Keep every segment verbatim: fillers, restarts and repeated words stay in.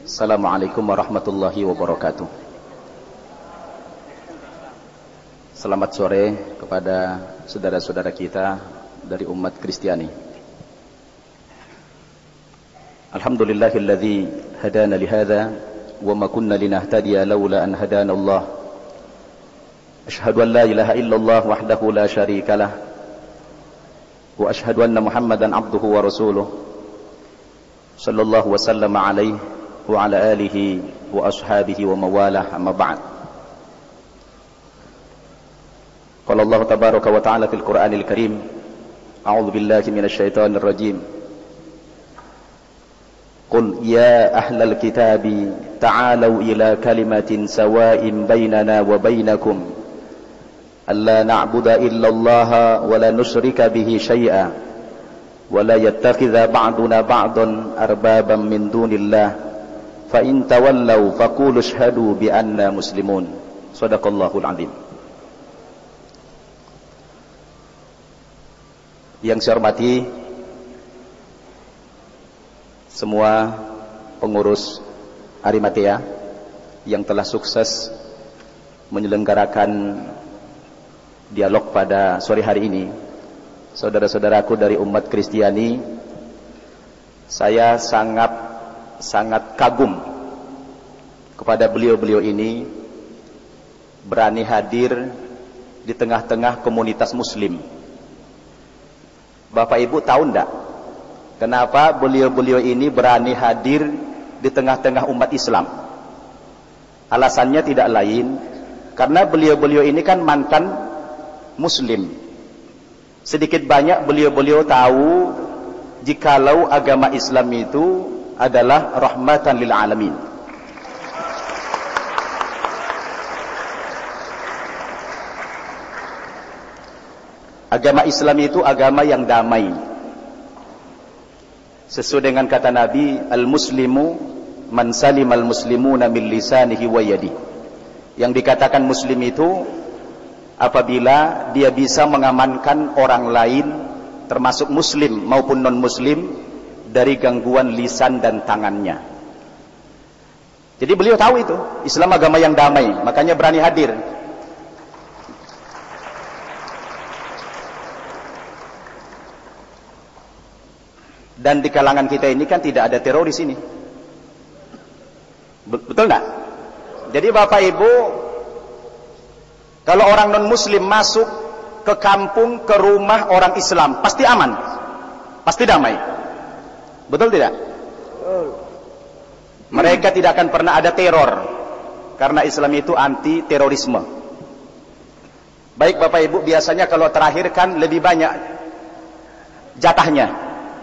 Assalamualaikum warahmatullahi wabarakatuh. Selamat sore kepada saudara-saudara kita dari umat Kristiani. Alhamdulillahilladzi hadana lihadza wa ma kunna linahtadiya laula an hadana Allah. Asyhadu an la ilaha illallah wahdahu la syarikalah wa asyhadu anna Muhammadan abduhu wa rasuluh. Sallallahu wa sallama alaihi wa ala alihi wa ashabihi wa mawalah, amma ba'd. Qala Allah tabaraka wa ta'ala fil Qur'anil Karim, a'udzu billahi minasy syaithanir rajim. Qul ya ahlal kitabi ta'alu ila kalimatin sawa'in bainana wa bainakum alla na'budu illa Allah wa la nusyrika bihi syai'a wa la yattakhidha ba'duna ba'dan arbaban min dunillah fa in tawallaw faqulu ashhadu bi anna muslimun. Shadaqallahul azim. Yang saya hormati semua pengurus Arimatea yang telah sukses menyelenggarakan dialog pada sore hari ini, saudara-saudaraku dari umat Kristiani, saya sangat sangat kagum kepada beliau-beliau ini berani hadir di tengah-tengah komunitas muslim. Bapak Ibu tahu enggak kenapa beliau-beliau ini berani hadir di tengah-tengah umat Islam? Alasannya tidak lain karena beliau-beliau ini kan mantan muslim. Sedikit banyak beliau-beliau tahu jikalau agama Islam itu adalah rahmatan lil alamin. Agama Islam itu agama yang damai. Sesuai dengan kata Nabi, al-muslimu man salimal muslimuna min lisanihi wa yadihi. Yang dikatakan muslim itu apabila dia bisa mengamankan orang lain termasuk muslim maupun non muslim dari gangguan lisan dan tangannya. Jadi beliau tahu itu Islam agama yang damai, makanya berani hadir. Dan di kalangan kita ini kan tidak ada teroris ini. Betul enggak? Jadi Bapak Ibu, kalau orang non muslim masuk ke kampung, ke rumah orang Islam, pasti aman, pasti damai. Betul tidak? Mereka tidak akan pernah ada teror, karena Islam itu anti terorisme. Baik Bapak Ibu, biasanya kalau terakhir kan lebih banyak jatahnya.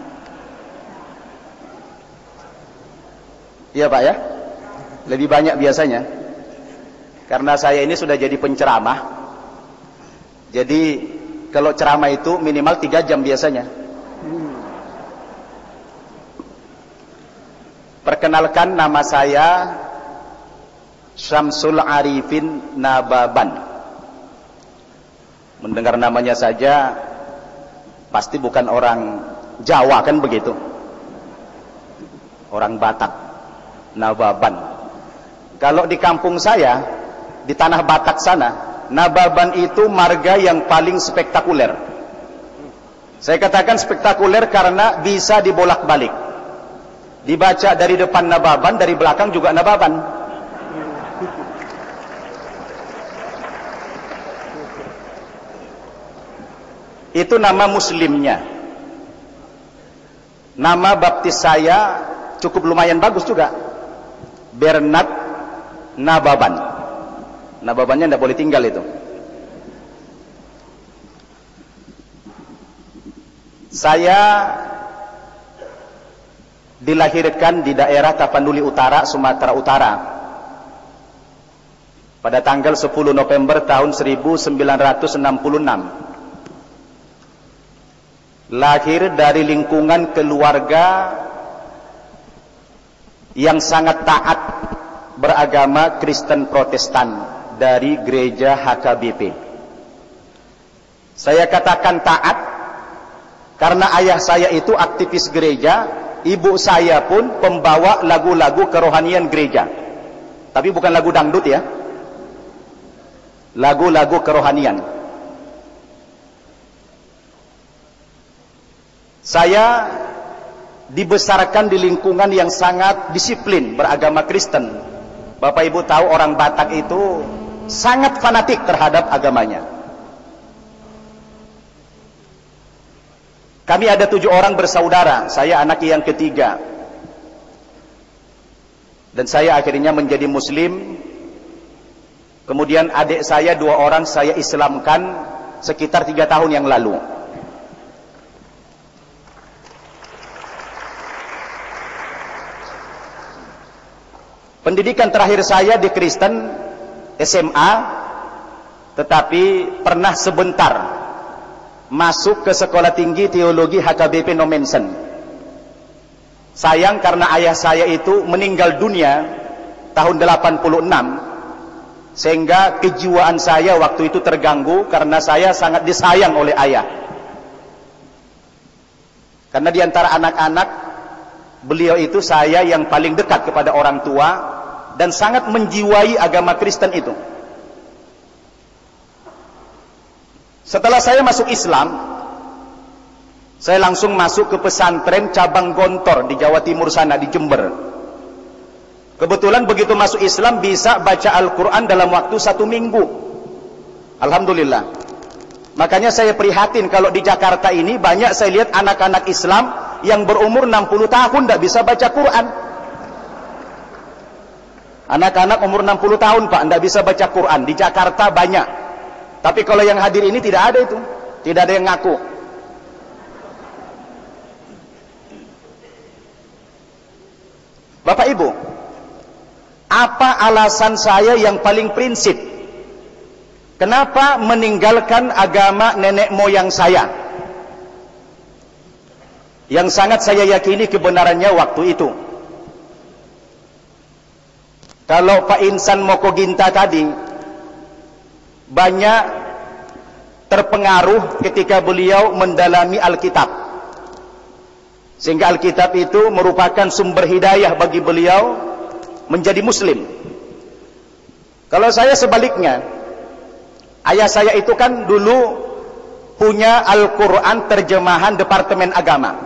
Iya Pak ya? Lebih banyak biasanya. Karena saya ini sudah jadi penceramah. Jadi kalau ceramah itu minimal tiga jam biasanya. Perkenalkan, nama saya Syamsul Arifin Nababan. Mendengar namanya saja pasti bukan orang Jawa kan begitu. Orang Batak, Nababan. Kalau di kampung saya, di tanah Batak sana, Nababan itu marga yang paling spektakuler. Saya katakan spektakuler karena bisa dibolak-balik. Dibaca dari depan Nababan, dari belakang juga Nababan. Itu nama muslimnya. Nama baptis saya cukup lumayan bagus juga. Bernard Nababan. Nababannya tidak boleh tinggal itu. Saya dilahirkan di daerah Tapanuli Utara, Sumatera Utara pada tanggal sepuluh November tahun seribu sembilan ratus enam puluh enam. Lahir dari lingkungan keluarga yang sangat taat beragama Kristen Protestan dari gereja H K B P. Saya katakan taat karena ayah saya itu aktivis gereja ibu saya pun pembawa lagu-lagu kerohanian gereja. Tapi bukan lagu dangdut ya. Lagu-lagu kerohanian. Saya dibesarkan di lingkungan yang sangat disiplin beragama Kristen. Bapak Ibu tahu orang Batak itu sangat fanatik terhadap agamanya. Kami ada tujuh orang bersaudara, saya anak yang ketiga. Dan saya akhirnya menjadi Muslim. Kemudian adik saya dua orang saya Islamkan sekitar tiga tahun yang lalu. Pendidikan terakhir saya di Kristen S M A, tetapi pernah sebentar masuk ke Sekolah Tinggi Teologi H K B P Nomensen. Sayang karena ayah saya itu meninggal dunia tahun delapan puluh enam, sehingga kejiwaan saya waktu itu terganggu karena saya sangat disayang oleh ayah. Karena di antara anak-anak, beliau itu saya yang paling dekat kepada orang tua dan sangat menjiwai agama Kristen itu. Setelah saya masuk Islam, saya langsung masuk ke pesantren cabang Gontor di Jawa Timur sana, di Jember. Kebetulan begitu masuk Islam bisa baca Al-Quran dalam waktu satu minggu. Alhamdulillah. Makanya saya prihatin kalau di Jakarta ini banyak saya lihat anak-anak Islam yang berumur enam puluh tahun tidak bisa baca Quran. Anak-anak umur enam puluh tahun Pak tidak bisa baca Quran. Di Jakarta banyak. Tapi kalau yang hadir ini tidak ada itu. Tidak ada yang ngaku. Bapak Ibu, apa alasan saya yang paling prinsip? Kenapa meninggalkan agama nenek moyang saya? Yang sangat saya yakini kebenarannya waktu itu. Kalau Pak Insan Mokoginta tadi banyak terpengaruh ketika beliau mendalami Alkitab, sehingga Alkitab itu merupakan sumber hidayah bagi beliau menjadi Muslim. Kalau saya sebaliknya, ayah saya itu kan dulu punya Al-Quran terjemahan Departemen Agama.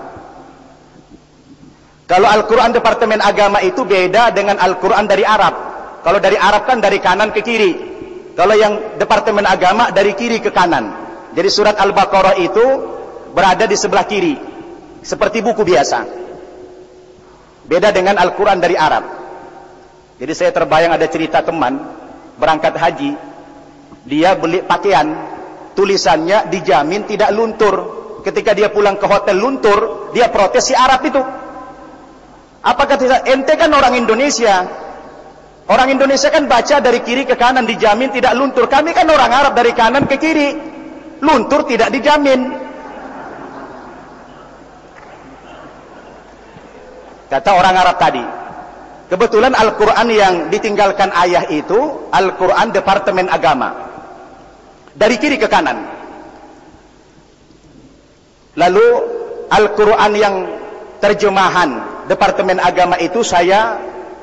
Kalau Al-Quran Departemen Agama itu beda dengan Al-Quran dari Arab. Kalau dari Arab kan dari kanan ke kiri. Kalau yang Departemen Agama dari kiri ke kanan. Jadi surat Al-Baqarah itu berada di sebelah kiri, seperti buku biasa. Beda dengan Al-Quran dari Arab. Jadi saya terbayang ada cerita teman berangkat haji, dia beli pakaian, tulisannya dijamin tidak luntur. Ketika dia pulang ke hotel luntur, dia protes si Arab itu. Apa kata ente kan orang Indonesia, orang Indonesia kan baca dari kiri ke kanan dijamin tidak luntur. Kami kan orang Arab dari kanan ke kiri, luntur tidak dijamin. Kata orang Arab tadi. Kebetulan Al-Quran yang ditinggalkan ayah itu Al-Quran Departemen Agama, dari kiri ke kanan. Lalu Al-Quran yang terjemahan Departemen Agama itu saya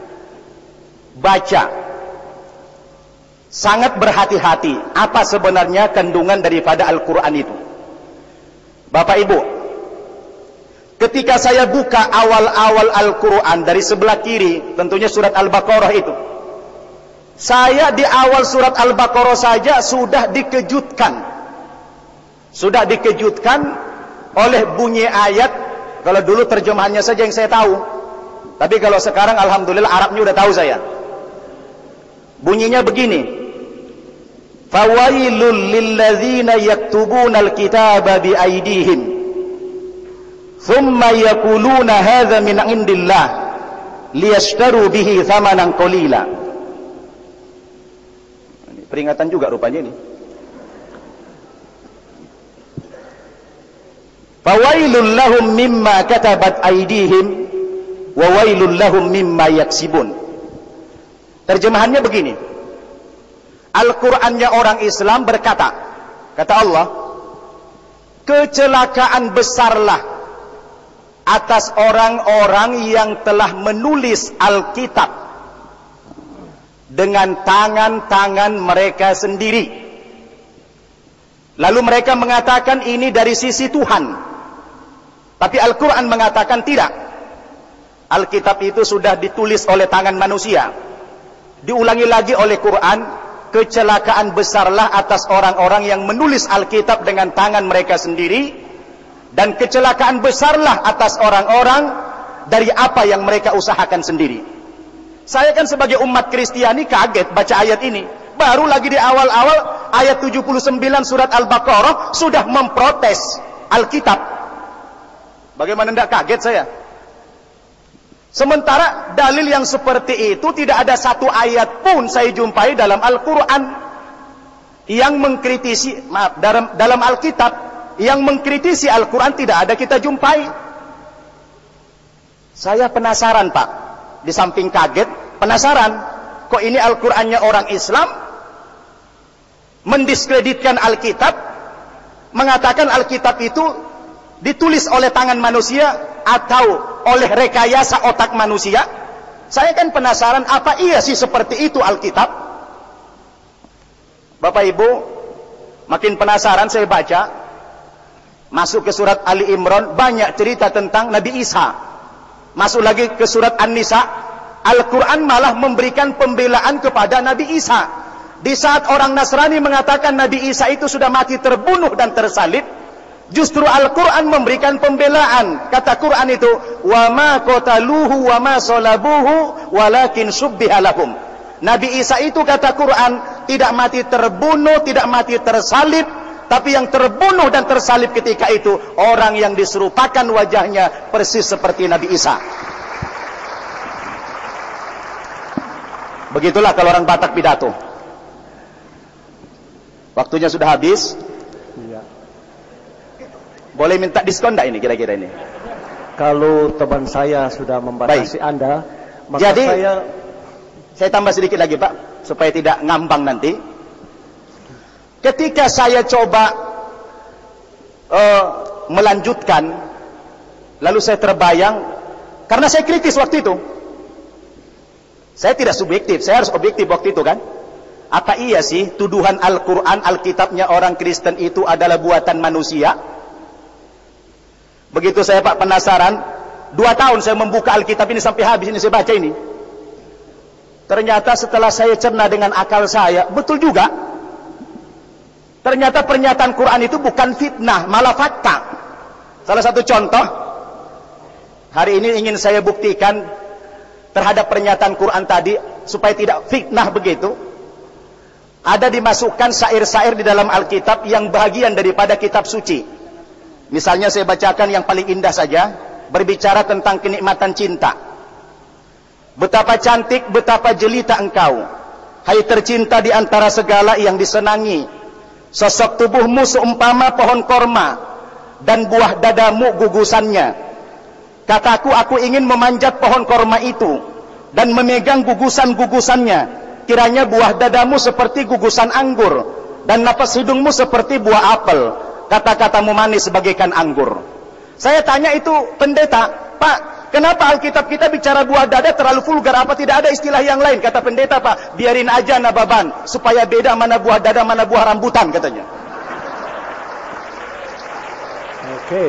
baca, sangat berhati-hati apa sebenarnya kandungan daripada Al-Quran itu. Bapak Ibu, ketika saya buka awal-awal Al-Quran dari sebelah kiri, tentunya surat Al-Baqarah itu, saya di awal surat Al-Baqarah saja sudah dikejutkan. Sudah dikejutkan oleh bunyi ayat. Kalau dulu terjemahannya saja yang saya tahu. Tapi kalau sekarang alhamdulillah Arabnya udah tahu saya. Bunyinya begini. Fawailul lilladzina yaktubuna al-kitaba biaydihim thumma yaquluna hadza min indillah liyashtaru bihi thamanan qalila. Ini peringatan juga rupanya ini. Fawailul lahum mimma katabat aydihim wa wailul lahum mimma yaksibun. Terjemahannya begini. Al-Qur'annya orang Islam berkata, kata Allah, kecelakaan besarlah atas orang-orang yang telah menulis Alkitab dengan tangan-tangan mereka sendiri. Lalu mereka mengatakan ini dari sisi Tuhan. Tapi Al-Quran mengatakan tidak. Alkitab itu sudah ditulis oleh tangan manusia. Diulangi lagi oleh Quran, kecelakaan besarlah atas orang-orang yang menulis Alkitab dengan tangan mereka sendiri, dan kecelakaan besarlah atas orang-orang dari apa yang mereka usahakan sendiri. Saya kan sebagai umat Kristiani kaget baca ayat ini. Baru lagi di awal-awal ayat tujuh puluh sembilan surat Al-Baqarah sudah memprotes Alkitab. Bagaimana tidak kaget saya? Sementara dalil yang seperti itu tidak ada satu ayat pun saya jumpai dalam Al-Quran yang mengkritisi, maaf, dalam, dalam Alkitab yang mengkritisi Al-Quran tidak ada kita jumpai. Saya penasaran Pak, di samping kaget, penasaran, kok ini Al-Qurannya orang Islam mendiskreditkan Alkitab, mengatakan Alkitab itu ditulis oleh tangan manusia atau oleh rekayasa otak manusia. Saya kan penasaran, apa iya sih seperti itu Alkitab? Bapak Ibu, makin penasaran saya baca, masuk ke surat Ali Imran, banyak cerita tentang Nabi Isa. Masuk lagi ke surat An-Nisa, Al-Quran malah memberikan pembelaan kepada Nabi Isa. Di saat orang Nasrani mengatakan Nabi Isa itu sudah mati terbunuh dan tersalib, justru Al-Quran memberikan pembelaan. Kata Quran itu, wa ma qataluhu wa ma salabuhu walakin syubbiha lahum. Nabi Isa itu kata Quran tidak mati terbunuh, tidak mati tersalib, tapi yang terbunuh dan tersalib ketika itu orang yang diserupakan wajahnya persis seperti Nabi Isa. Begitulah kalau orang Batak pidato. Waktunya sudah habis. Iya. Boleh minta diskon enggak ini kira-kira ini? Kalau teman saya sudah membatasi Baik. Anda, maka Jadi, saya saya tambah sedikit lagi Pak, supaya tidak ngambang nanti. Ketika saya coba uh, melanjutkan, lalu saya terbayang, karena saya kritis waktu itu. Saya tidak subjektif, saya harus objektif waktu itu kan. Apa iya sih tuduhan Al-Quran, Alkitabnya orang Kristen itu adalah buatan manusia? Begitu saya Pak penasaran, dua tahun saya membuka Alkitab ini sampai habis ini saya baca ini. Ternyata setelah saya cerna dengan akal saya, betul juga. Ternyata pernyataan Quran itu bukan fitnah, malah fakta. Salah satu contoh, hari ini ingin saya buktikan terhadap pernyataan Quran tadi, supaya tidak fitnah begitu. Ada dimasukkan syair-syair di dalam Alkitab yang bagian daripada kitab suci. Misalnya saya bacakan yang paling indah saja, berbicara tentang kenikmatan cinta. Betapa cantik, betapa jelita engkau, hai tercinta di antara segala yang disenangi. Sosok tubuhmu seumpama pohon korma, dan buah dadamu gugusannya. Kataku, aku ingin memanjat pohon korma itu, dan memegang gugusan-gugusannya. Kiranya buah dadamu seperti gugusan anggur, dan napas hidungmu seperti buah apel. Kata-katamu manis bagaikan anggur. Saya tanya itu pendeta, Pak, kenapa Alkitab kita bicara buah dada terlalu vulgar? Apa tidak ada istilah yang lain? Kata pendeta, Pak, biarin aja nababan, supaya beda mana buah dada, mana buah rambutan, katanya. Oke.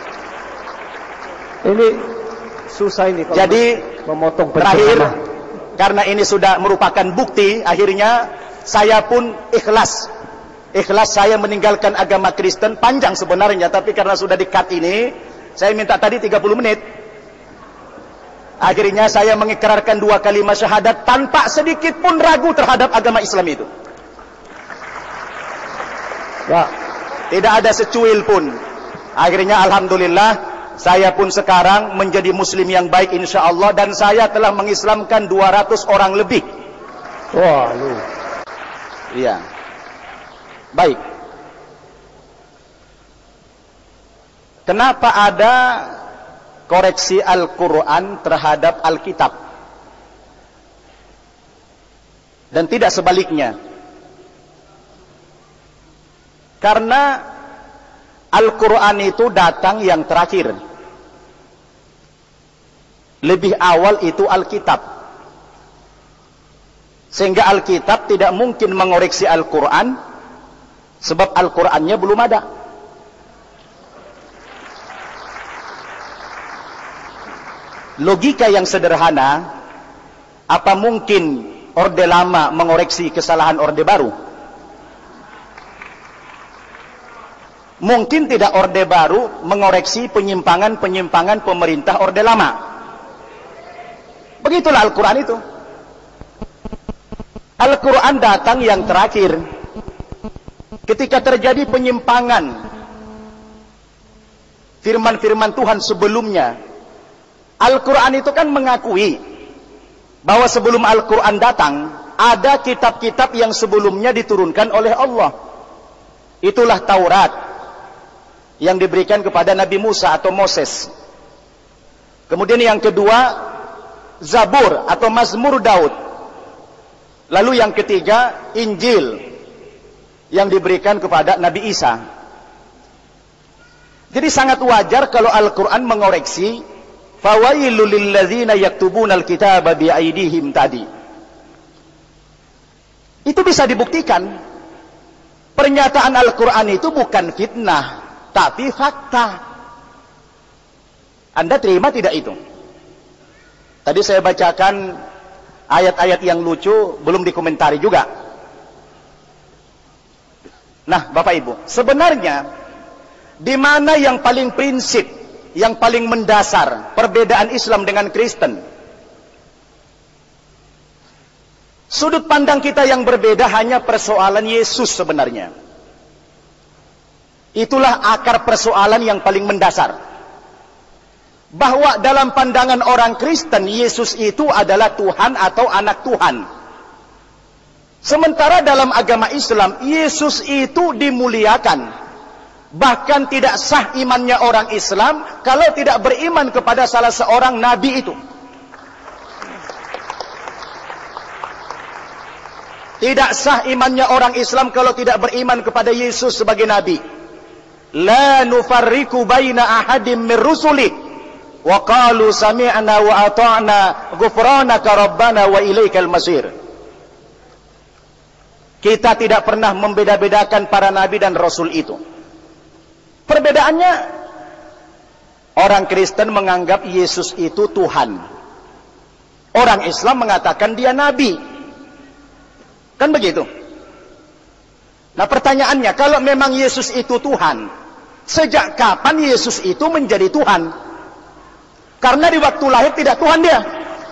Ini susah ini kalau Jadi memotong terakhir, penceramah. karena ini sudah merupakan bukti, akhirnya saya pun ikhlas. Ikhlas saya meninggalkan agama Kristen, panjang sebenarnya, tapi karena sudah di-cut ini, saya minta tadi tiga puluh menit. Akhirnya saya mengikrarkan dua kalimat syahadat tanpa sedikit pun ragu terhadap agama Islam itu. Ya. Tidak ada secuil pun. Akhirnya alhamdulillah, saya pun sekarang menjadi muslim yang baik insya Allah, dan saya telah mengislamkan dua ratus orang lebih. Wah, lu. Iya. Baik. Kenapa ada koreksi Al-Quran terhadap Alkitab dan tidak sebaliknya? Karena Al-Quran itu datang yang terakhir. Lebih awal itu Alkitab. Sehingga Alkitab tidak mungkin mengoreksi Al-Quran, sebab Al-Qurannya belum ada. Logika yang sederhana, apa mungkin Orde Lama mengoreksi kesalahan Orde Baru? Mungkin tidak Orde Baru mengoreksi penyimpangan-penyimpangan pemerintah Orde Lama. Begitulah Al-Quran itu. Al-Quran datang yang terakhir. Ketika terjadi penyimpangan firman-firman Tuhan sebelumnya, Al-Quran itu kan mengakui bahwa sebelum Al-Quran datang, ada kitab-kitab yang sebelumnya diturunkan oleh Allah. Itulah Taurat yang diberikan kepada Nabi Musa atau Moses. Kemudian yang kedua, Zabur atau Mazmur Daud. Lalu yang ketiga, Injil yang diberikan kepada Nabi Isa. Jadi sangat wajar kalau Al-Quran mengoreksi fawailul lilladzina yaktubunal kitaba biaidihim tadi. Itu bisa dibuktikan. Pernyataan Al-Quran itu bukan fitnah, tapi fakta. Anda terima tidak itu? Tadi saya bacakan ayat-ayat yang lucu, belum dikomentari juga. Nah, Bapak Ibu, sebenarnya di mana yang paling prinsip, yang paling mendasar perbedaan Islam dengan Kristen? Sudut pandang kita yang berbeda hanya persoalan Yesus sebenarnya. Itulah akar persoalan yang paling mendasar. Bahwa dalam pandangan orang Kristen, Yesus itu adalah Tuhan atau anak Tuhan. Sementara dalam agama Islam, Yesus itu dimuliakan. Bahkan tidak sah imannya orang Islam kalau tidak beriman kepada salah seorang nabi itu. Tidak sah imannya orang Islam kalau tidak beriman kepada Yesus sebagai nabi. La nufarriqu baina ahadim mir rusuli. Wa qalu sami'na wa ata'na ghufranaka rabbana wa ilaikal masir. Kita tidak pernah membeda-bedakan para nabi dan rasul itu. Perbedaannya, orang Kristen menganggap Yesus itu Tuhan. Orang Islam mengatakan dia nabi. Kan begitu? Nah, pertanyaannya, kalau memang Yesus itu Tuhan, sejak kapan Yesus itu menjadi Tuhan? Karena di waktu lahir tidak Tuhan dia.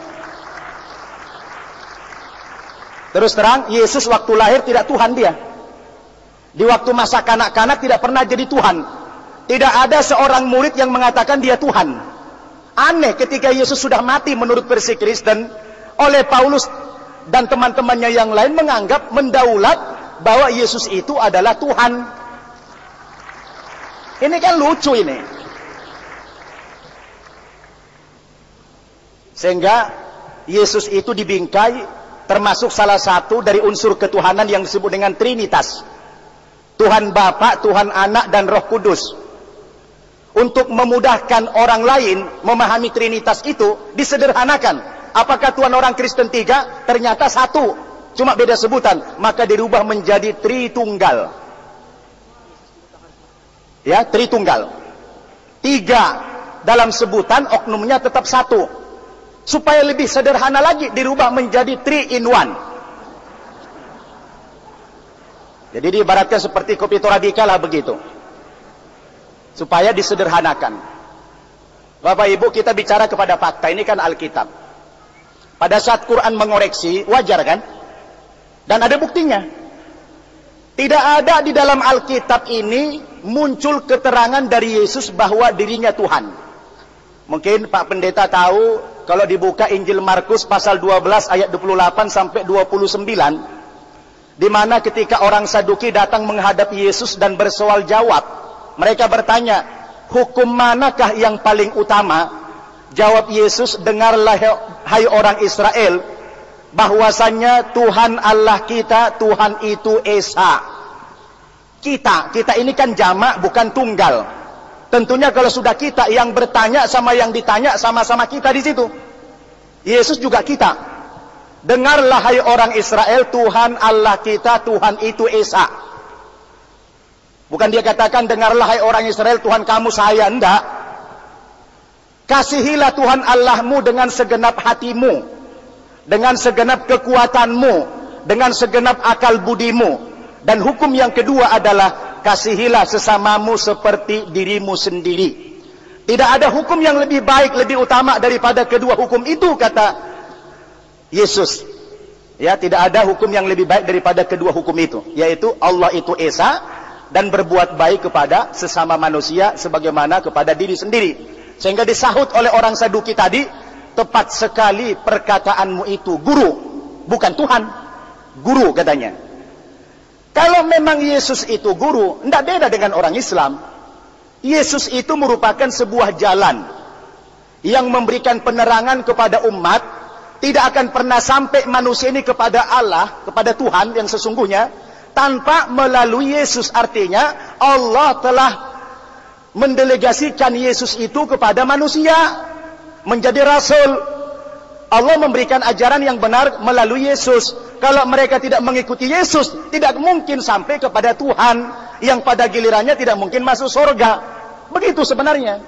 Terus terang, Yesus waktu lahir tidak Tuhan dia. Di waktu masa kanak-kanak tidak pernah jadi Tuhan. Tidak ada seorang murid yang mengatakan dia Tuhan. Aneh ketika Yesus sudah mati menurut versi Kristen, oleh Paulus dan teman-temannya yang lain menganggap mendaulat bahwa Yesus itu adalah Tuhan. Ini kan lucu ini. Sehingga Yesus itu dibingkai termasuk salah satu dari unsur ketuhanan yang disebut dengan Trinitas. Tuhan Bapa, Tuhan Anak, dan Roh Kudus. Untuk memudahkan orang lain memahami Trinitas itu, disederhanakan. Apakah Tuhan orang Kristen tiga? Ternyata satu. Cuma beda sebutan. Maka dirubah menjadi Tritunggal. Ya, Tritunggal. Tiga dalam sebutan, oknumnya tetap satu. Supaya lebih sederhana lagi, dirubah menjadi three in one. Jadi diibaratkan seperti kopi Torabika lah begitu. Supaya disederhanakan. Bapak Ibu, kita bicara kepada fakta, ini kan Alkitab. Pada saat Quran mengoreksi, wajar kan? Dan ada buktinya. Tidak ada di dalam Alkitab ini muncul keterangan dari Yesus bahwa dirinya Tuhan. Mungkin Pak Pendeta tahu, kalau dibuka Injil Markus pasal dua belas ayat dua puluh delapan sampai dua puluh sembilan, di mana ketika orang Saduki datang menghadap Yesus dan bersoal jawab, mereka bertanya, hukum manakah yang paling utama? Jawab Yesus, dengarlah hai orang Israel, bahwasannya Tuhan Allah kita, Tuhan itu Esa. Kita, kita ini kan jamak bukan tunggal. Tentunya kalau sudah kita yang bertanya sama yang ditanya sama-sama kita di situ. Yesus juga kita. Dengarlah hai orang Israel, Tuhan Allah kita, Tuhan itu Esa. Bukan dia katakan dengarlah hai orang Israel, Tuhan kamu saya, enggak. Kasihilah Tuhan Allahmu dengan segenap hatimu, dengan segenap kekuatanmu, dengan segenap akal budimu. Dan hukum yang kedua adalah kasihilah sesamamu seperti dirimu sendiri. Tidak ada hukum yang lebih baik, lebih utama daripada kedua hukum itu, kata Yesus. Ya, tidak ada hukum yang lebih baik daripada kedua hukum itu, yaitu Allah itu Esa dan berbuat baik kepada sesama manusia sebagaimana kepada diri sendiri. Sehingga disahut oleh orang Saduki tadi, tepat sekali perkataanmu itu, guru, bukan Tuhan. Guru katanya. Kalau memang Yesus itu guru, tidak beda dengan orang Islam. Yesus itu merupakan sebuah jalan yang memberikan penerangan kepada umat. Tidak akan pernah sampai manusia ini kepada Allah, kepada Tuhan yang sesungguhnya, tanpa melalui Yesus. Artinya Allah telah mendelegasikan Yesus itu kepada manusia, menjadi rasul. Allah memberikan ajaran yang benar melalui Yesus. Kalau mereka tidak mengikuti Yesus, tidak mungkin sampai kepada Tuhan, yang pada gilirannya tidak mungkin masuk surga. Begitu sebenarnya.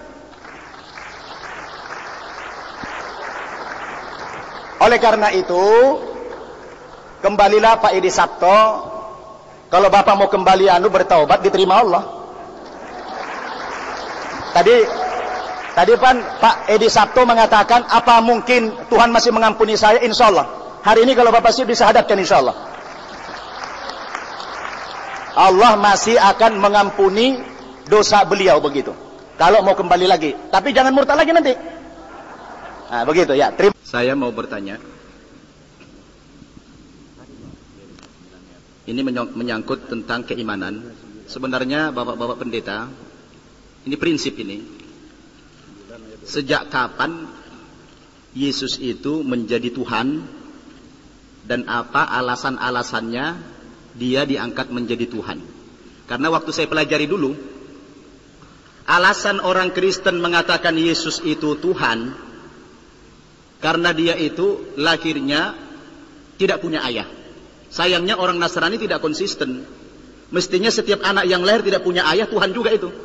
Oleh karena itu, kembalilah Pak Edi Sabto. Kalau Bapak mau kembali anu bertaubat, diterima Allah. Tadi Tadi kan Pak Edi Sabto mengatakan, apa mungkin Tuhan masih mengampuni saya? Insya Allah. Hari ini kalau Bapak siap disahadatkan, insya Allah. Allah masih akan mengampuni dosa beliau begitu. Kalau mau kembali lagi. Tapi jangan murtad lagi nanti. Nah, begitu ya. Terima. Saya mau bertanya. Ini menyangkut tentang keimanan. Sebenarnya Bapak-bapak pendeta, ini prinsip ini. Sejak kapan Yesus itu menjadi Tuhan, dan apa alasan-alasannya dia diangkat menjadi Tuhan? Karena waktu saya pelajari dulu, alasan orang Kristen mengatakan Yesus itu Tuhan karena dia itu lahirnya tidak punya ayah. Sayangnya orang Nasrani tidak konsisten. Mestinya setiap anak yang lahir tidak punya ayah, Tuhan juga itu.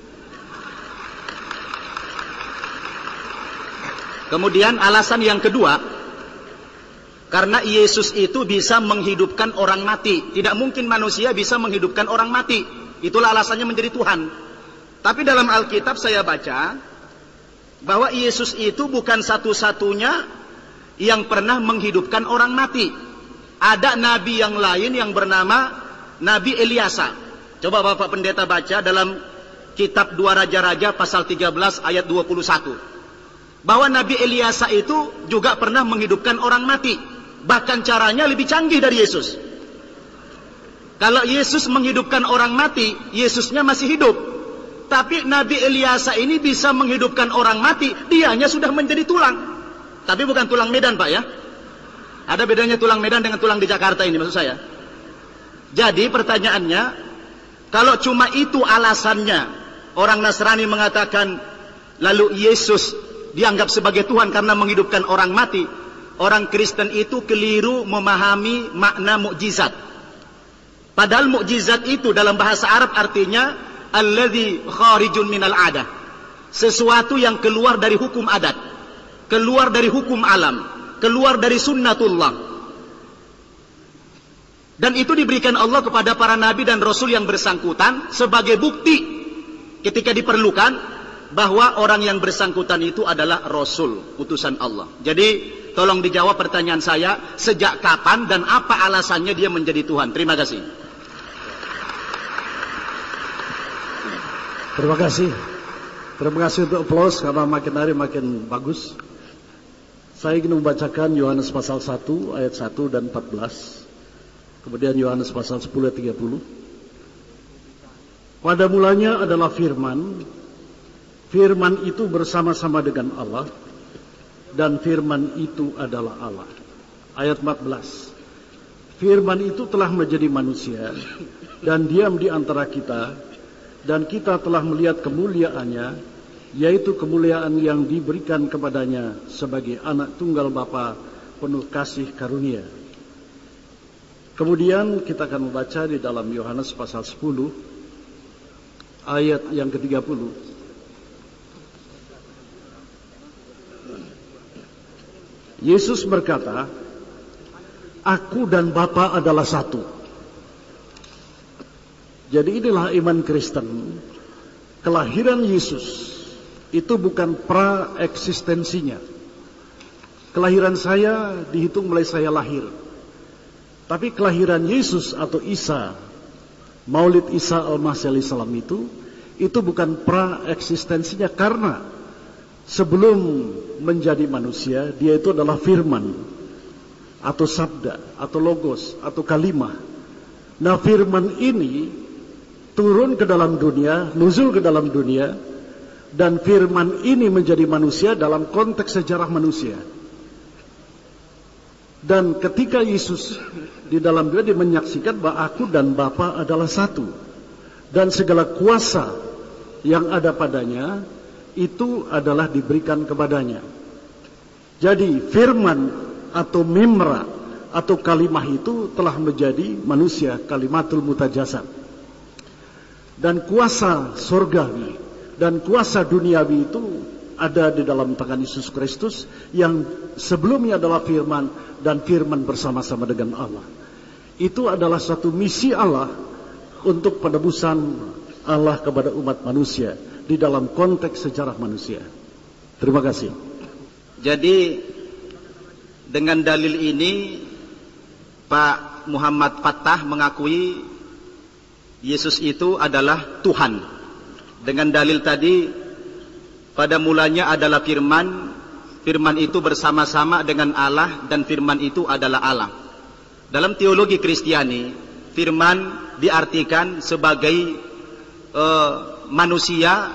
Kemudian alasan yang kedua, karena Yesus itu bisa menghidupkan orang mati. Tidak mungkin manusia bisa menghidupkan orang mati. Itulah alasannya menjadi Tuhan. Tapi dalam Alkitab saya baca bahwa Yesus itu bukan satu-satunya yang pernah menghidupkan orang mati. Ada nabi yang lain yang bernama Nabi Eliasa. Coba Bapak pendeta baca dalam kitab Dua Raja-Raja pasal tiga belas ayat dua puluh satu. Bahwa Nabi Eliasa itu juga pernah menghidupkan orang mati. Bahkan caranya lebih canggih dari Yesus. Kalau Yesus menghidupkan orang mati, Yesusnya masih hidup. Tapi Nabi Eliasa ini bisa menghidupkan orang mati, dianya sudah menjadi tulang. Tapi bukan tulang Medan, Pak, ya. Ada bedanya tulang Medan dengan tulang di Jakarta ini, maksud saya. Jadi pertanyaannya, kalau cuma itu alasannya, orang Nasrani mengatakan lalu Yesus dianggap sebagai Tuhan karena menghidupkan orang mati, orang Kristen itu keliru memahami makna mukjizat. Padahal mukjizat itu dalam bahasa Arab artinya alladzi kharijun minal adah, sesuatu yang keluar dari hukum adat, keluar dari hukum alam, keluar dari sunnatullah. Dan itu diberikan Allah kepada para nabi dan rasul yang bersangkutan sebagai bukti ketika diperlukan bahwa orang yang bersangkutan itu adalah Rasul, utusan Allah. Jadi tolong dijawab pertanyaan saya, sejak kapan dan apa alasannya dia menjadi Tuhan? Terima kasih. Terima kasih. Terima kasih untuk aplaus karena makin hari makin bagus. Saya ingin membacakan Yohanes pasal satu ayat satu dan empat belas. Kemudian Yohanes pasal sepuluh ayat tiga puluh. Pada mulanya adalah firman. Firman itu bersama-sama dengan Allah, dan firman itu adalah Allah. Ayat empat belas. Firman itu telah menjadi manusia dan diam di antara kita, dan kita telah melihat kemuliaannya, yaitu kemuliaan yang diberikan kepadanya sebagai anak tunggal Bapa penuh kasih karunia. Kemudian kita akan membaca di dalam Yohanes pasal sepuluh ayat yang ke tiga puluh. Yesus berkata, "Aku dan Bapa adalah satu." Jadi inilah iman Kristen. Kelahiran Yesus itu bukan pra-eksistensinya. Kelahiran saya dihitung mulai saya lahir. Tapi kelahiran Yesus atau Isa, Maulid Isa Al-Masih alaihi salam itu, itu bukan pra-eksistensinya, karena sebelum menjadi manusia, dia itu adalah firman, atau sabda, atau logos, atau kalimah. Nah, firman ini turun ke dalam dunia, nuzul ke dalam dunia, dan firman ini menjadi manusia dalam konteks sejarah manusia. Dan ketika Yesus di dalam dunia, dia menyaksikan bahwa aku dan Bapa adalah satu, dan segala kuasa yang ada padanya itu adalah diberikan kepadanya. Jadi firman atau mimra atau kalimah itu telah menjadi manusia, kalimatul mutajasad. Dan kuasa surgawi dan kuasa duniawi itu ada di dalam tangan Yesus Kristus, yang sebelumnya adalah firman, dan firman bersama-sama dengan Allah. Itu adalah satu misi Allah untuk penebusan Allah kepada umat manusia di dalam konteks sejarah manusia. Terima kasih. Jadi dengan dalil ini Pak Muhammad Fattah mengakui Yesus itu adalah Tuhan. Dengan dalil tadi, pada mulanya adalah firman, firman itu bersama-sama dengan Allah, dan firman itu adalah Allah. Dalam teologi Kristiani, firman diartikan sebagai uh, manusia,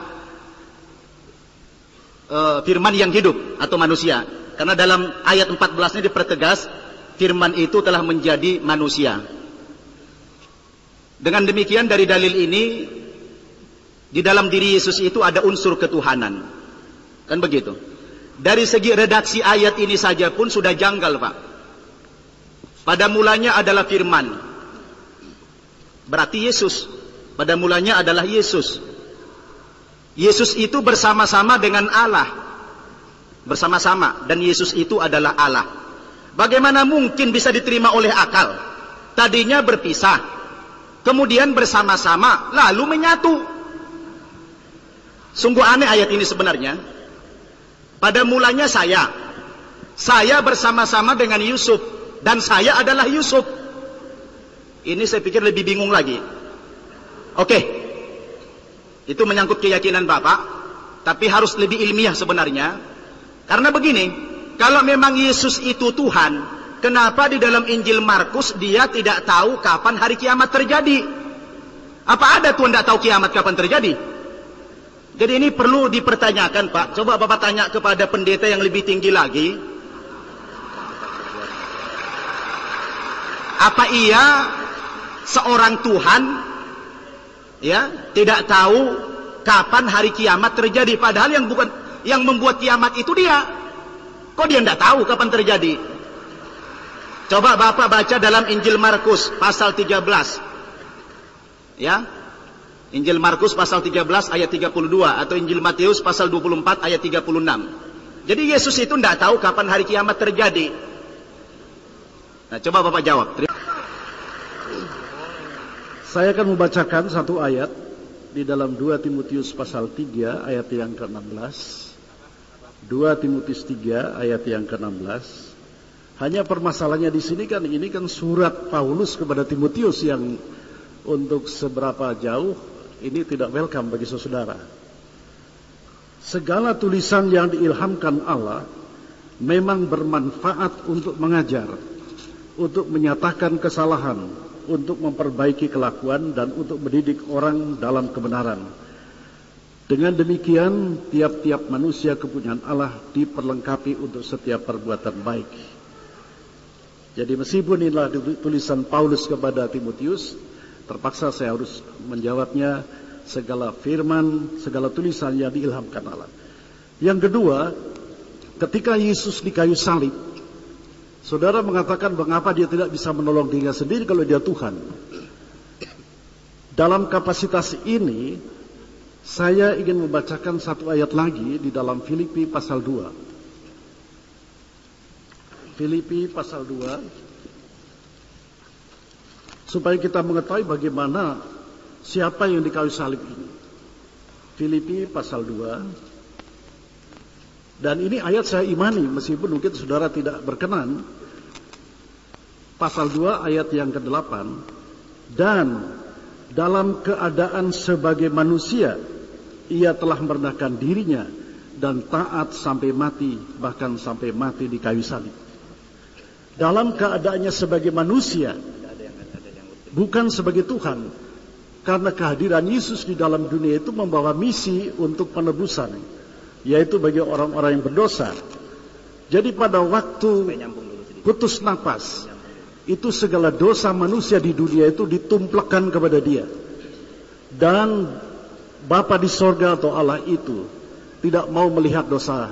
uh, firman yang hidup atau manusia. Karena dalam ayat empat belas-nya dipertegas, firman itu telah menjadi manusia. Dengan demikian, dari dalil ini, di dalam diri Yesus itu ada unsur ketuhanan. Kan begitu. Dari segi redaksi ayat ini saja pun sudah janggal, Pak. Pada mulanya adalah firman. Berarti Yesus. Pada mulanya adalah Yesus. Yesus itu bersama-sama dengan Allah. Bersama-sama. Dan Yesus itu adalah Allah. Bagaimana mungkin bisa diterima oleh akal? Tadinya berpisah, kemudian bersama-sama, lalu menyatu. Sungguh aneh ayat ini sebenarnya. Pada mulanya saya, saya bersama-sama dengan Yusuf, dan saya adalah Yusuf. Ini saya pikir lebih bingung lagi. Oke, itu menyangkut keyakinan Bapak, tapi harus lebih ilmiah sebenarnya. Karena begini, kalau memang Yesus itu Tuhan, kenapa di dalam Injil Markus dia tidak tahu kapan hari kiamat terjadi? Apa ada Tuhan tidak tahu kiamat kapan terjadi? Jadi ini perlu dipertanyakan, Pak. Coba Bapak tanya kepada pendeta yang lebih tinggi lagi. Apa iya seorang Tuhan ya tidak tahu kapan hari kiamat terjadi? Padahal yang bukan yang membuat kiamat itu dia. Kok dia tidak tahu kapan terjadi? Coba Bapak baca dalam Injil Markus pasal tiga belas. Ya. Injil Markus pasal tiga belas ayat tiga puluh dua, atau Injil Matius pasal dua puluh empat ayat tiga puluh enam. Jadi Yesus itu tidak tahu kapan hari kiamat terjadi. Nah, coba Bapak jawab. Saya akan membacakan satu ayat di dalam dua Timotius pasal tiga ayat yang ke enam belas. dua Timotius tiga ayat yang ke enam belas. Hanya permasalahannya di sini kan, ini kan surat Paulus kepada Timotius yang untuk seberapa jauh ini tidak welcome bagi saudara. Segala tulisan yang diilhamkan Allah memang bermanfaat untuk mengajar, untuk menyatakan kesalahan, untuk memperbaiki kelakuan, dan untuk mendidik orang dalam kebenaran. Dengan demikian, tiap-tiap manusia kepunyaan Allah diperlengkapi untuk setiap perbuatan baik. Jadi meskipun inilah tulisan Paulus kepada Timotius, terpaksa saya harus menjawabnya segala firman, segala tulisan yang diilhamkan Allah. Yang kedua, ketika Yesus di kayu salib, saudara mengatakan mengapa dia tidak bisa menolong dirinya sendiri kalau dia Tuhan. Dalam kapasitas ini, saya ingin membacakan satu ayat lagi di dalam Filipi pasal dua. Filipi pasal dua, supaya kita mengetahui bagaimana siapa yang di kayu salib ini. Filipi pasal dua, dan ini ayat saya imani meskipun mungkin saudara tidak berkenan. Pasal dua ayat yang kedelapan, dan dalam keadaan sebagai manusia ia telah merendahkan dirinya dan taat sampai mati, bahkan sampai mati di kayu salib. Dalam keadaannya sebagai manusia, bukan sebagai Tuhan, karena kehadiran Yesus di dalam dunia itu membawa misi untuk penebusan, yaitu bagi orang-orang yang berdosa. Jadi pada waktu putus napas, itu segala dosa manusia di dunia itu ditumplekkan kepada dia. Dan Bapa di sorga atau Allah itu tidak mau melihat dosa.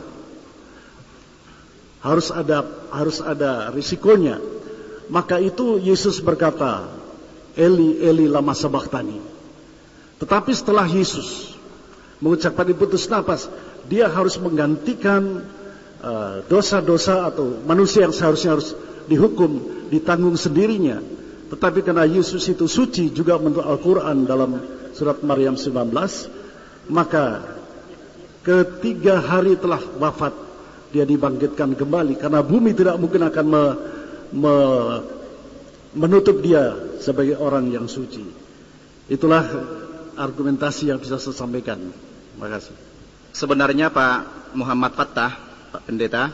Harus ada harus ada risikonya. Maka itu Yesus berkata, Eli, Eli lama sabachthani. Tetapi setelah Yesus mengucapkan putus napas, dia harus menggantikan dosa-dosa uh, atau manusia yang seharusnya harus dihukum, ditanggung sendirinya. Tetapi karena Yesus itu suci juga menurut Al-Quran dalam surat Maryam sembilan belas, maka ketiga hari telah wafat, dia dibangkitkan kembali, karena bumi tidak mungkin akan me, me, menutup dia sebagai orang yang suci. Itulah argumentasi yang bisa saya sampaikan. Terima kasih. Sebenarnya Pak Muhammad Fattah, Pak Pendeta,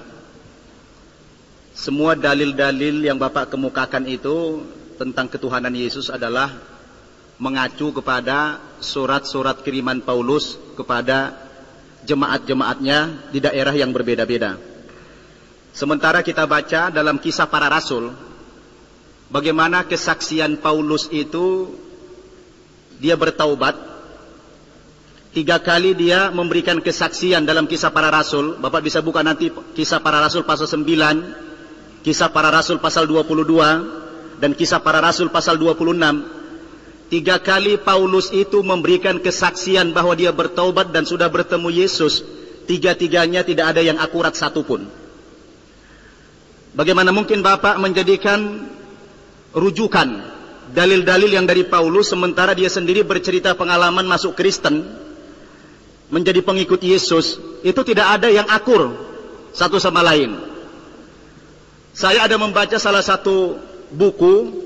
semua dalil-dalil yang Bapak kemukakan itu tentang ketuhanan Yesus adalah mengacu kepada surat-surat kiriman Paulus kepada jemaat-jemaatnya di daerah yang berbeda-beda. Sementara kita baca dalam Kisah Para Rasul, bagaimana kesaksian Paulus itu, dia bertaubat. Tiga kali dia memberikan kesaksian dalam Kisah Para Rasul. Bapak bisa buka nanti Kisah Para Rasul pasal sembilan, Kisah Para Rasul pasal dua puluh dua, dan Kisah Para Rasul pasal dua puluh enam. Tiga kali Paulus itu memberikan kesaksian bahwa dia bertaubat dan sudah bertemu Yesus. Tiga-tiganya tidak ada yang akurat satupun. Bagaimana mungkin Bapak menjadikan rujukan dalil-dalil yang dari Paulus, sementara dia sendiri bercerita pengalaman masuk Kristen, menjadi pengikut Yesus? Itu tidak ada yang akur satu sama lain. Saya ada membaca salah satu buku,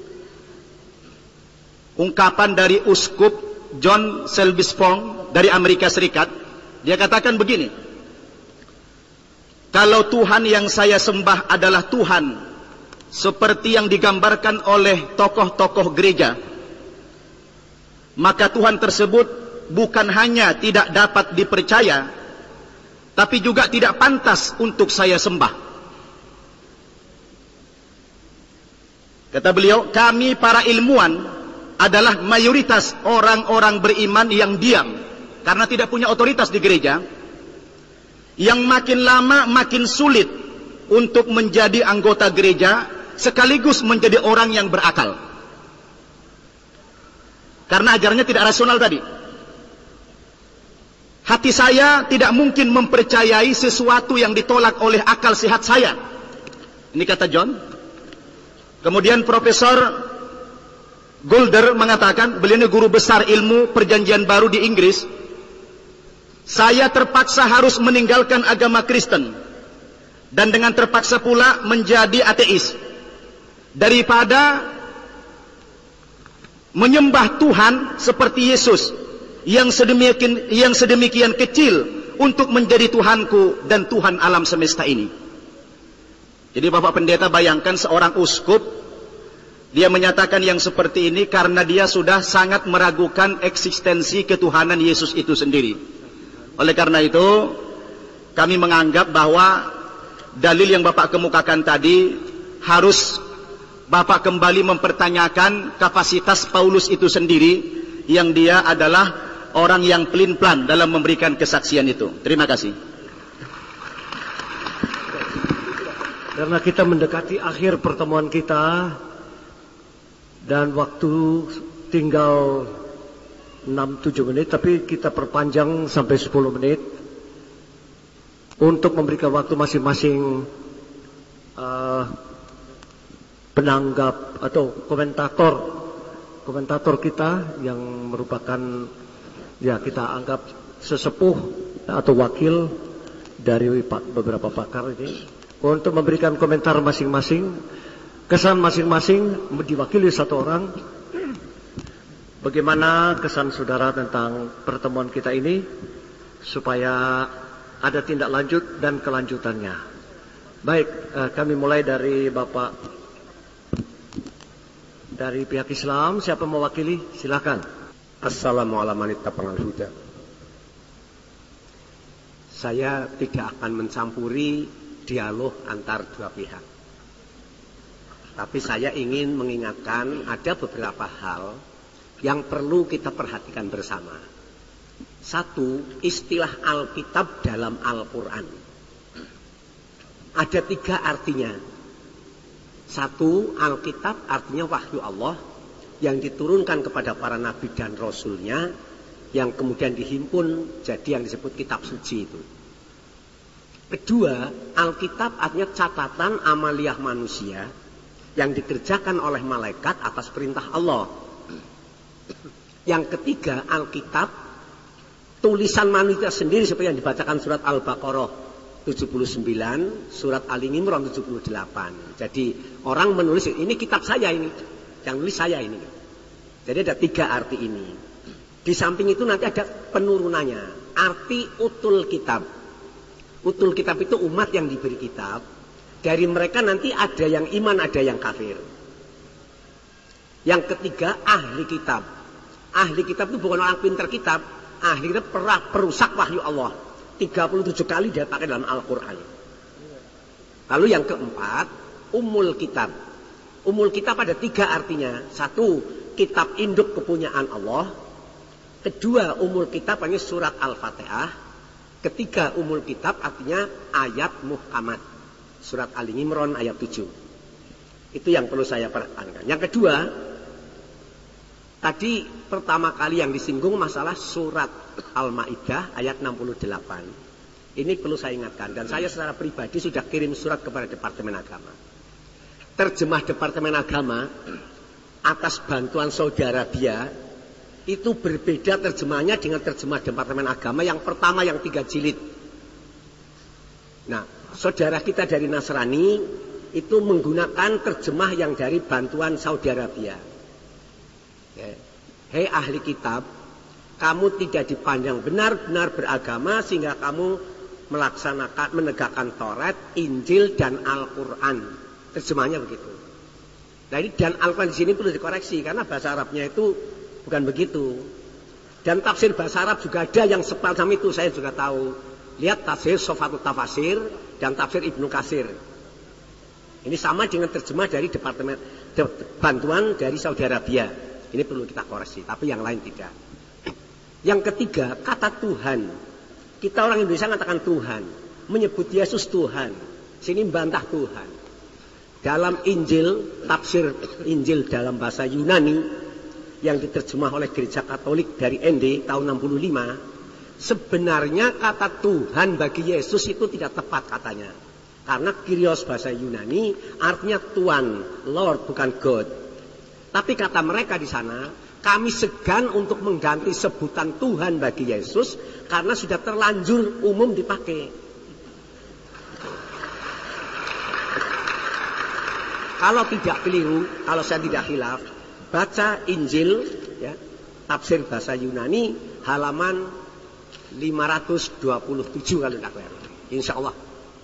ungkapan dari Uskup John Selby Spong dari Amerika Serikat. Dia katakan begini, kalau Tuhan yang saya sembah adalah Tuhan seperti yang digambarkan oleh tokoh-tokoh gereja, maka Tuhan tersebut bukan hanya tidak dapat dipercaya, tapi juga tidak pantas untuk saya sembah. Kata beliau, kami para ilmuwan adalah mayoritas orang-orang beriman yang diam karena tidak punya otoritas di gereja, yang makin lama makin sulit untuk menjadi anggota gereja sekaligus menjadi orang yang berakal, karena ajarannya tidak rasional tadi. Hati saya tidak mungkin mempercayai sesuatu yang ditolak oleh akal sehat saya. Ini kata John. Kemudian Profesor Golder mengatakan, beliau ini guru besar ilmu perjanjian baru di Inggris, saya terpaksa harus meninggalkan agama Kristen dan dengan terpaksa pula menjadi ateis daripada menyembah Tuhan seperti Yesus yang sedemikian, yang sedemikian kecil untuk menjadi Tuhanku dan Tuhan alam semesta ini. Jadi Bapak Pendeta bayangkan seorang uskup, dia menyatakan yang seperti ini karena dia sudah sangat meragukan eksistensi ketuhanan Yesus itu sendiri. Oleh karena itu, kami menganggap bahwa dalil yang Bapak kemukakan tadi harus Bapak kembali mempertanyakan kapasitas Paulus itu sendiri, yang dia adalah orang yang pelin-pelan dalam memberikan kesaksian itu. Terima kasih. Karena kita mendekati akhir pertemuan kita dan waktu tinggal enam tujuh menit, tapi kita perpanjang sampai sepuluh menit untuk memberikan waktu masing-masing uh, penanggap atau komentator komentator kita yang merupakan, ya kita anggap sesepuh atau wakil dari beberapa pakar ini, untuk memberikan komentar masing-masing, kesan masing-masing diwakili satu orang. Bagaimana kesan saudara tentang pertemuan kita ini, supaya ada tindak lanjut dan kelanjutannya. Baik, eh, kami mulai dari Bapak dari pihak Islam. Siapa mewakili? Silakan. Assalamualaikum. Saya tidak akan mencampuri dialog antar dua pihak. Tapi saya ingin mengingatkan ada beberapa hal yang perlu kita perhatikan bersama. Satu, istilah Alkitab dalam Al-Quran. Ada tiga artinya. Satu, Alkitab artinya wahyu Allah yang diturunkan kepada para nabi dan rasulnya, yang kemudian dihimpun jadi yang disebut kitab suci itu. Kedua, Alkitab artinya catatan amaliyah manusia yang dikerjakan oleh malaikat atas perintah Allah. Yang ketiga, Alkitab tulisan manusia sendiri, seperti yang dibacakan surat Al-Baqarah tujuh puluh sembilan, surat Ali Imran tujuh puluh delapan. Jadi orang menulis, ini kitab saya ini, yang nulis saya ini. Jadi ada tiga arti ini. Di samping itu nanti ada penurunannya, arti utul kitab. Utul kitab itu umat yang diberi kitab. Dari mereka nanti ada yang iman, ada yang kafir. Yang ketiga, ahli kitab. Ahli kitab itu bukan orang pintar kitab. Ahli kitab pernah perusak wahyu Allah. tiga puluh tujuh kali dia pakai dalam Al-Quran. Lalu yang keempat, umul kitab. Umul kitab ada tiga artinya. Satu, kitab induk kepunyaan Allah. Kedua, umul kitab artinya surat Al-Fatihah. Ketiga, umul kitab artinya ayat muhkamat. Surat Ali Imran ayat tujuh. Itu yang perlu saya perhatikan. Yang kedua, tadi pertama kali yang disinggung masalah surat Al-Maidah ayat enam puluh delapan. Ini perlu saya ingatkan. Dan saya secara pribadi sudah kirim surat kepada Departemen Agama. Terjemah Departemen Agama atas bantuan Saudi Arabia itu berbeda terjemahnya dengan terjemah Departemen Agama yang pertama yang tiga jilid. Nah, saudara kita dari Nasrani itu menggunakan terjemah yang dari bantuan Saudi Arabia. Hei ahli kitab, kamu tidak dipandang benar-benar beragama sehingga kamu melaksanakan, menegakkan Taurat, Injil dan Al-Quran. Terjemahnya begitu. Nah ini dan Al-Quran di sini perlu dikoreksi karena bahasa Arabnya itu bukan begitu. Dan tafsir bahasa Arab juga ada yang semacam itu, saya juga tahu. Lihat tafsir Sofatul Tafasir dan tafsir Ibnu Katsir. Ini sama dengan terjemah dari Departemen de, bantuan dari Saudi Arabia. Ini perlu kita koreksi, tapi yang lain tidak. Yang ketiga, kata Tuhan. Kita orang Indonesia mengatakan Tuhan, menyebut Yesus Tuhan. Sini membantah Tuhan. Dalam Injil, tafsir Injil dalam bahasa Yunani yang diterjemah oleh Gereja Katolik dari N D tahun enam puluh lima, sebenarnya kata Tuhan bagi Yesus itu tidak tepat katanya. Karena Kyrios bahasa Yunani artinya Tuhan, Lord bukan God. Tapi kata mereka di sana, kami segan untuk mengganti sebutan Tuhan bagi Yesus karena sudah terlanjur umum dipakai. Kalau tidak keliru, kalau saya tidak khilaf, baca Injil, ya, tafsir bahasa Yunani, halaman lima ratus dua puluh tujuh kalau tidak keliru. Insya Allah.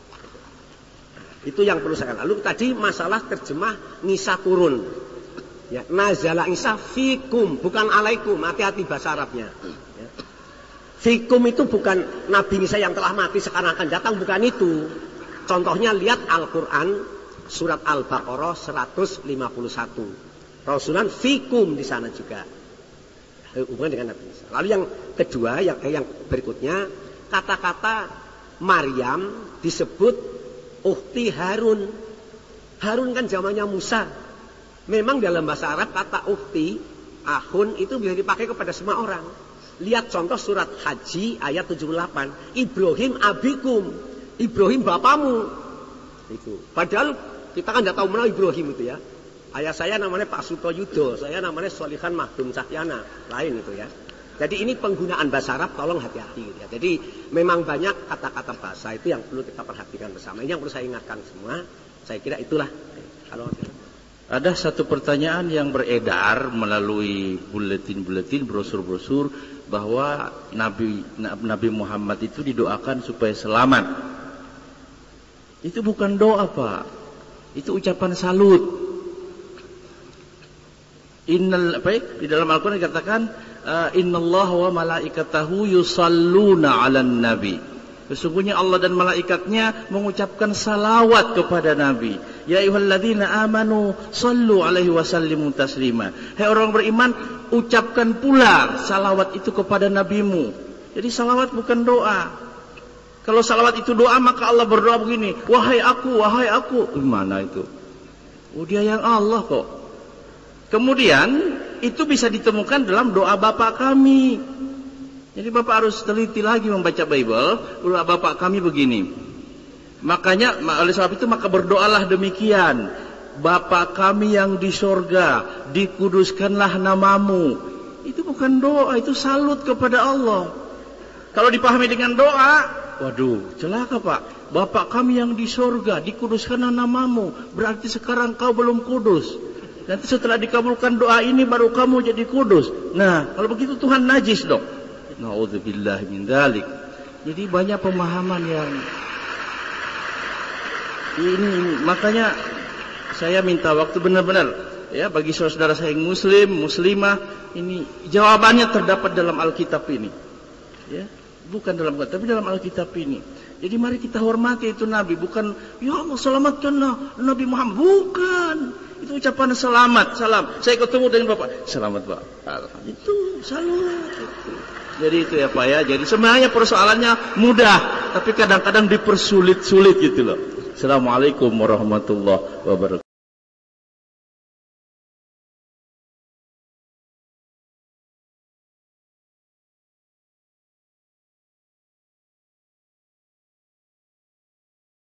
Itu yang perlu saya katakan. Lalu tadi masalah terjemah Nisa turun. Ya, nazala Isa fikum, bukan alaikum. Hati-hati bahasa Arabnya. Ya. Fikum itu bukan Nabi Isa yang telah mati sekarang akan datang, bukan itu. Contohnya lihat Al-Quran surat Al-Baqarah seratus lima puluh satu. Rasulan fikum di sana juga. Eh, hubungan dengan Nabi Isa. Lalu yang kedua, yang eh, yang berikutnya, kata-kata Maryam disebut ukhti Harun. Harun kan zamannya Musa. Memang dalam bahasa Arab kata ukhti, ahun itu bisa dipakai kepada semua orang. Lihat contoh surat Haji ayat tujuh puluh delapan. Ibrahim abikum. Ibrahim bapamu. Itu. Padahal kita kan tidak tahu mana Ibrahim itu ya. Ayah saya namanya Pak Sutoyudo, saya namanya Solihan Mahdum Cahyana, lain itu ya. Jadi ini penggunaan bahasa Arab, tolong hati-hati gitu ya. Jadi memang banyak kata-kata bahasa itu yang perlu kita perhatikan bersama. Ini yang perlu saya ingatkan semua. Saya kira itulah. Kalau ada satu pertanyaan yang beredar melalui buletin-buletin, brosur-brosur bahwa Nabi Nabi Muhammad itu didoakan supaya selamat. Itu bukan doa, Pak. Itu ucapan salut. Innal baik di dalam Al-Qur'an dikatakan innallaha wa malaikatahu yusalluna 'alan nabi. Sesungguhnya Allah dan malaikatnya mengucapkan salawat kepada Nabi. Ya ayyuhalladzina amanu sallu 'alaihi wa sallimu taslima. Hai orang beriman, ucapkan pula salawat itu kepada nabimu. Jadi salawat bukan doa. Kalau salawat itu doa, maka Allah berdoa begini, wahai aku, wahai aku. Gimana itu? Oh, dia yang Allah kok. Kemudian itu bisa ditemukan dalam doa Bapak kami. Jadi Bapak harus teliti lagi membaca Bible. Doa Bapak kami begini. Makanya oleh sebab itu maka berdoalah demikian. Bapa kami yang di sorga, dikuduskanlah namamu. Itu bukan doa, itu salut kepada Allah. Kalau dipahami dengan doa, waduh, celaka Pak. Bapa kami yang di sorga, dikuduskanlah namamu. Berarti sekarang kau belum kudus. Nanti setelah dikabulkan doa ini baru kamu jadi kudus. Nah, kalau begitu Tuhan najis dong. Na'udzubillah min dzalik. Jadi banyak pemahaman yang ini, makanya saya minta waktu benar-benar ya bagi saudara saya yang muslim, muslimah, ini jawabannya terdapat dalam Alkitab ini. Ya, bukan dalam Alkitab, tapi dalam Alkitab ini. Jadi mari kita hormati itu Nabi, bukan ya Allah selamatkan Nabi Muhammad, bukan. Itu ucapan selamat, salam. Saya ketemu dengan Bapak, selamat Pak. Itu salam. Itu. Jadi itu ya Pak ya. Jadi sebenarnya persoalannya mudah, tapi kadang-kadang dipersulit-sulit gitu loh. Assalamualaikum warahmatullahi wabarakatuh.